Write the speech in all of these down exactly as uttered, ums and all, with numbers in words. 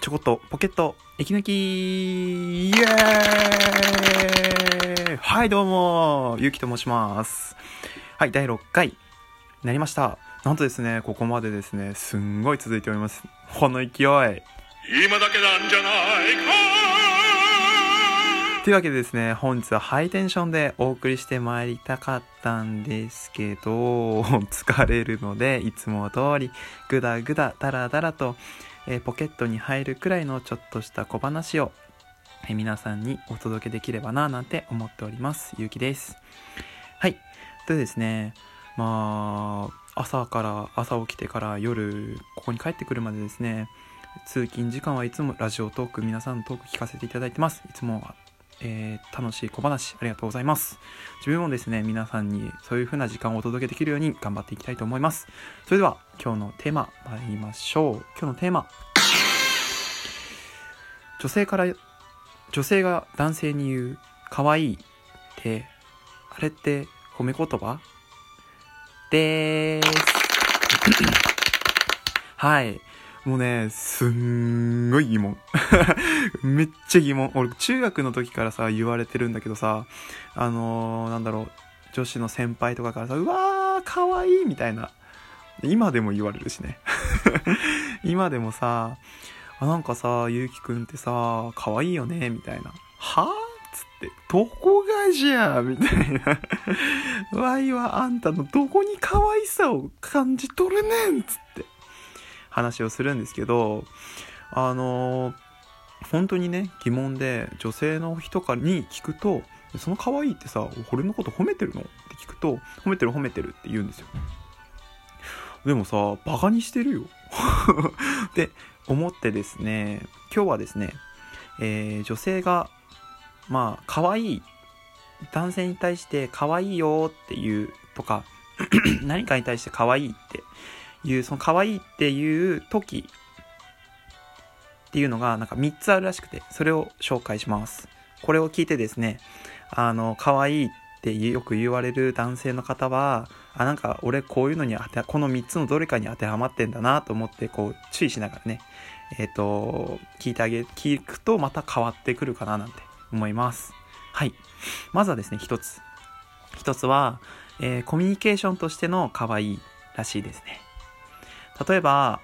ちょこっとポケット息抜きイエーイ。はいどうもゆうきと申します。はいだいろっかいになりました。なんとですねここまでですねすんごい続いております。この勢い今だけなんじゃないかというわけでですね本日はハイテンションでお送りしてまいりたかったんですけど疲れるのでいつも通りグダグダダラダラとえー、ポケットに入るくらいのちょっとした小話を、えー、皆さんにお届けできればななんて思っております。ゆうきです。はいでですねまあ朝から朝起きてから夜ここに帰ってくるまでですね通勤時間はいつもラジオトーク皆さんのトーク聞かせていただいてます。いつもえー、楽しい小話ありがとうございます。自分もですね皆さんにそういう風な時間をお届けできるように頑張っていきたいと思います。それでは今日のテーマ参りましょう。今日のテーマ、女性から女性が男性に言う可愛いってあれって褒め言葉でーすはいもうねすんごい疑問めっちゃ疑問。俺中学の時からさ言われてるんだけどさあのー、なんだろう女子の先輩とかからさうわー可愛いみたいな今でも言われるしね今でもさあなんかさゆうきくんってさ可愛いよねみたいなはぁっつってどこがじゃみたいなわいはあんたのどこに可愛さを感じ取れねんっつって話をするんですけどあのー、本当にね疑問で女性の人からに聞くとその可愛いってさ俺のこと褒めてるのって聞くと褒めてる褒めてるって言うんですよ。でもさバカにしてるよって思ってですね今日はですね、えー、女性がまあ可愛い男性に対して可愛いよっていうとか何かに対して可愛いっていうその可愛いっていう時っていうのがなんかみっつあるらしくてそれを紹介します。これを聞いてですねあの可愛いってよく言われる男性の方はあなんか俺こういうのに当てこのみっつのどれかに当てはまってんだなと思ってこう注意しながらねえっと聞いてあげ聞くとまた変わってくるかななんて思います。はいまずはですね一つ一つは、えー、コミュニケーションとしての可愛いらしいですね。例えば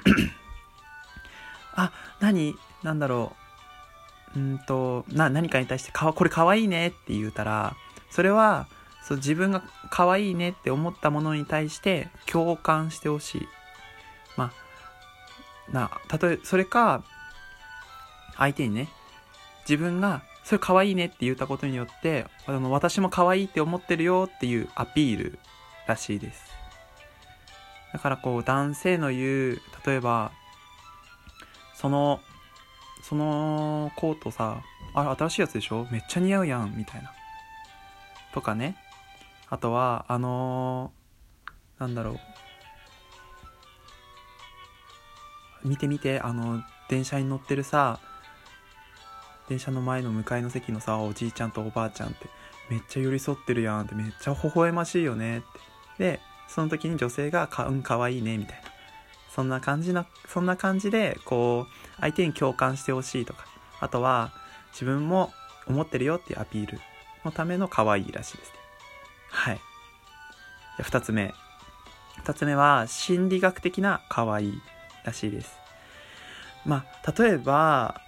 あ何なんだろううんとな何かに対してかこれ可愛いねって言うたらそれはそう自分が可愛いねって思ったものに対して共感してほしい。まあな例えそれか相手にね自分がそれ可愛いねって言ったことによってあの私も可愛いって思ってるよっていうアピールらしいです。だからこう男性の言う例えばそのそのコートさあれ新しいやつでしょめっちゃ似合うやんみたいなとかね。あとはあのー、なんだろう見て見てあの電車に乗ってるさ電車の前の向かいの席のさおじいちゃんとおばあちゃんってめっちゃ寄り添ってるやんってめっちゃ微笑ましいよねってでその時に女性がかうんかわいいねみたいなそんな感じなそんな感じでこう相手に共感してほしいとかあとは自分も思ってるよっていうアピールのための可愛いらしいですね。はいじゃふたつめふたつめは心理学的な可愛いらしいです。まあ例えば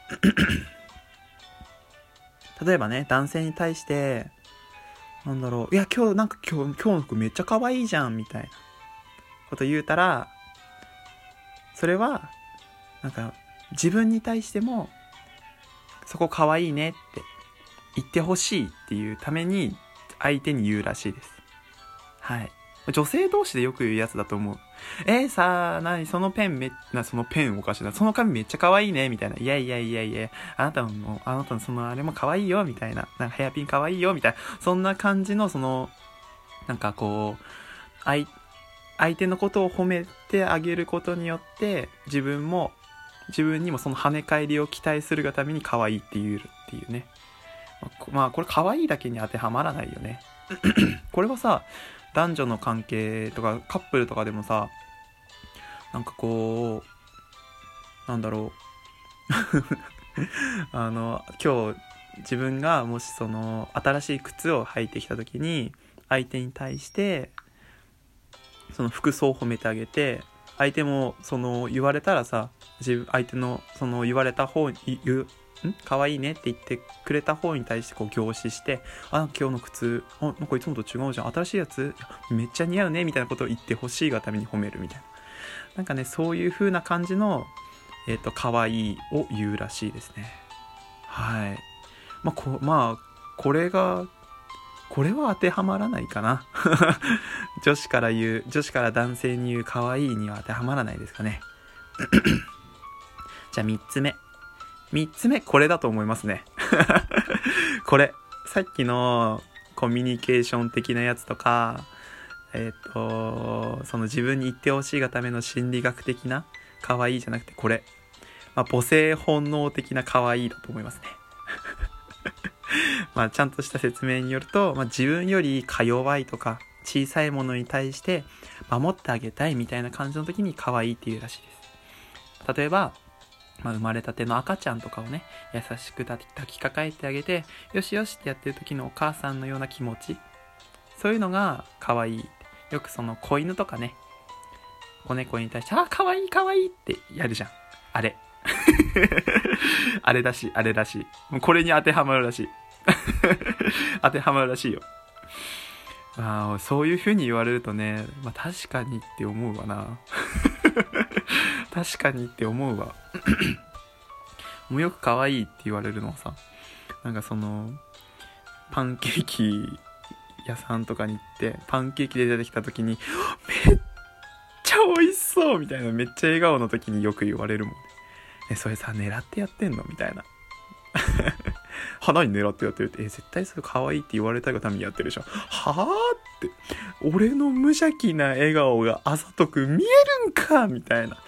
例えばね男性に対してなんだろういや今日なんか今日今日の服めっちゃ可愛いじゃんみたいなこと言うたらそれはなんか自分に対してもそこ可愛いねって言ってほしいっていうために相手に言うらしいです。はい女性同士でよく言うやつだと思う。えー、さあ何そのペンめなそのペンおかしいなその紙めっちゃ可愛いねみたいないやいやいやいやあなたもあなたのそのあれも可愛いよみたいななんかヘアピン可愛いよみたいなそんな感じのそのなんかこう相相手のことを褒めてあげることによって自分も自分にもその跳ね返りを期待するがために可愛いって言うっていうね。まあこれ可愛いだけに当てはまらないよねこれはさ男女の関係とかカップルとかでもさなんかこうなんだろうあの今日自分がもしその新しい靴を履いてきた時に相手に対してその服装を褒めてあげて、相手もその言われたらさ、自分相手のその言われた方に言うん可愛いねって言ってくれた方に対してこう凝視して、あ今日の靴あなんかいつもと違うじゃん、新しいやつめっちゃ似合うねみたいなことを言ってほしいがために褒めるみたいな、なんかねそういう風な感じのえっと可愛いを言うらしいですね。はい。まあこまあこれがこれは当てはまらないかな女子から言う女子から男性に言う可愛いには当てはまらないですかねじゃあみっつめみっつめこれだと思いますねこれさっきのコミュニケーション的なやつとかえっとその自分に言ってほしいがための心理学的な可愛いじゃなくて、これ、まあ、母性本能的な可愛いだと思いますねまあちゃんとした説明によると、まあ、自分よりか弱いとか小さいものに対して守ってあげたいみたいな感じの時に可愛いっていうらしいです。例えば、まあ、生まれたての赤ちゃんとかをね優しく抱きかかえてあげてよしよしってやってる時のお母さんのような気持ち、そういうのが可愛い。よくその子犬とかね子猫に対してあ可愛い可愛いってやるじゃん、あれあれだしあれだしもうこれに当てはまるらしい当てはまるらしいよ。あそういう風に言われるとね、まあ、確かにって思うわな確かにって思うわもうよく可愛いって言われるのはさ、なんかそのパンケーキ屋さんとかに行ってパンケーキで出てきた時にめっちゃ美味しそうみたいなめっちゃ笑顔の時によく言われるもんね。それさ狙ってやってんのみたいな花に狙ってやってるって、え絶対それ可愛いって言われたがためにやってるじゃんはぁって俺の無邪気な笑顔があざとく見えるんかみたいな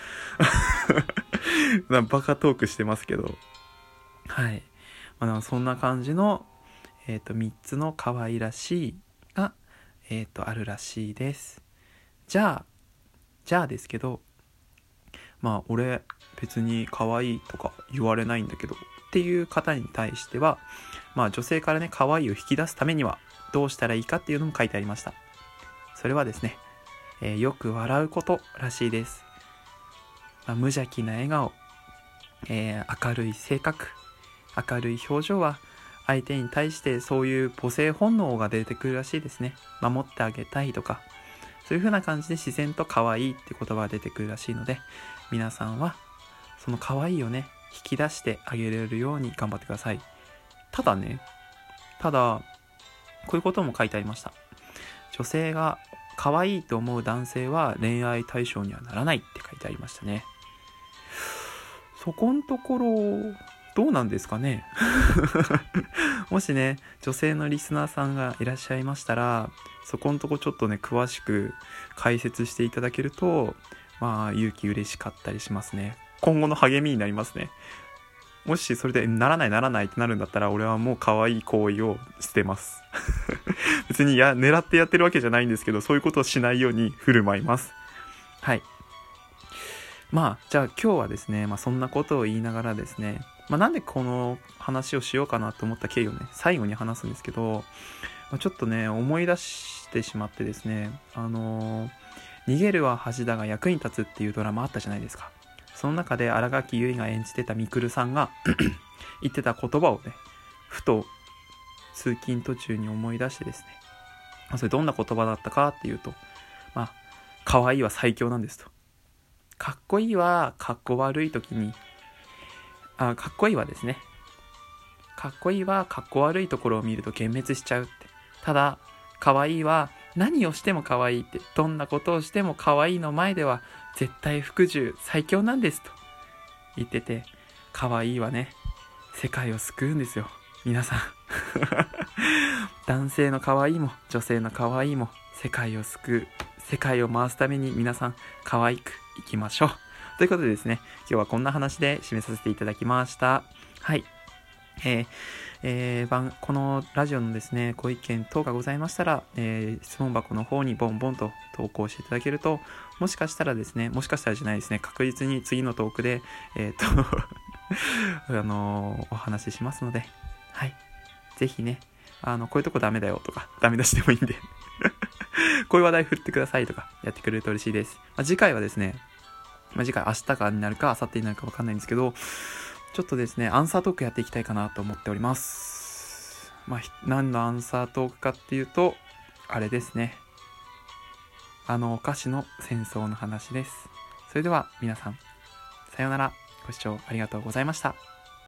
なバカトークしてますけど、はい、まあ、そんな感じのえっとみっつの可愛らしいがえっとあるらしいです。じゃあじゃあですけど、まあ俺別に可愛いとか言われないんだけどっていう方に対しては、まあ女性からね可愛いを引き出すためにはどうしたらいいかっていうのも書いてありました。それはですね、えー、よく笑うことらしいです。まあ、無邪気な笑顔、えー、明るい性格、明るい表情は相手に対してそういう母性本能が出てくるらしいですね。守ってあげたいとかそういう風な感じで自然と可愛いって言葉が出てくるらしいので、皆さんはその可愛いをね引き出してあげれるように頑張ってください。ただねただこういうことも書いてありました。女性が可愛いと思う男性は恋愛対象にはならないって書いてありましたね。そこんところどうなんですかねもしね女性のリスナーさんがいらっしゃいましたら、そこんとこちょっとね詳しく解説していただけるとまあ勇気嬉しかったりしますね。今後の励みになりますね。もしそれでならないならないってなるんだったら、俺はもう可愛い行為を捨てます別にや狙ってやってるわけじゃないんですけど、そういうことをしないように振る舞います。はい。まあじゃあ今日はですね、まあ、そんなことを言いながらですね、まあ、なんでこの話をしようかなと思った経緯をね最後に話すんですけど、まあ、ちょっとね思い出してしまってですね、あのー、逃げるは恥だが役に立つっていうドラマあったじゃないですか。その中で新垣結衣が演じてたみくるさんが言ってた言葉をねふと通勤途中に思い出してですね、まあ、それどんな言葉だったかっていうと、まあ可愛いは最強なんですと。かっこいいはかっこ悪い時にあかっこいいはですねかっこいいはかっこ悪いところを見ると幻滅しちゃうって。ただ可愛いは何をしても可愛いって、どんなことをしても可愛いの前では絶対服従最強なんですと言ってて、可愛いはね世界を救うんですよ皆さん男性の可愛いも女性の可愛いも世界を救う、世界を回すために皆さん可愛くいきましょうということでですね、今日はこんな話で締めさせていただきました。はい、えーえー、番このラジオのですねご意見等がございましたら、えー、質問箱の方にボンボンと投稿していただけると、もしかしたらですねもしかしたらじゃないですね確実に次のトークでえっとあのーお話ししますので、はい。ぜひね、あの、こういうとこダメだよとか、ダメ出しでもいいんで、こういう話題振ってくださいとか、やってくれると嬉しいです。まあ、次回はですね、まあ、次回明日かになるか、明後日になるかわかんないんですけど、ちょっとですね、アンサートークやっていきたいかなと思っております。まあ、何のアンサートークかっていうと、あれですね。あのお菓子の戦争の話です。それでは皆さん、さようなら。ご視聴ありがとうございました。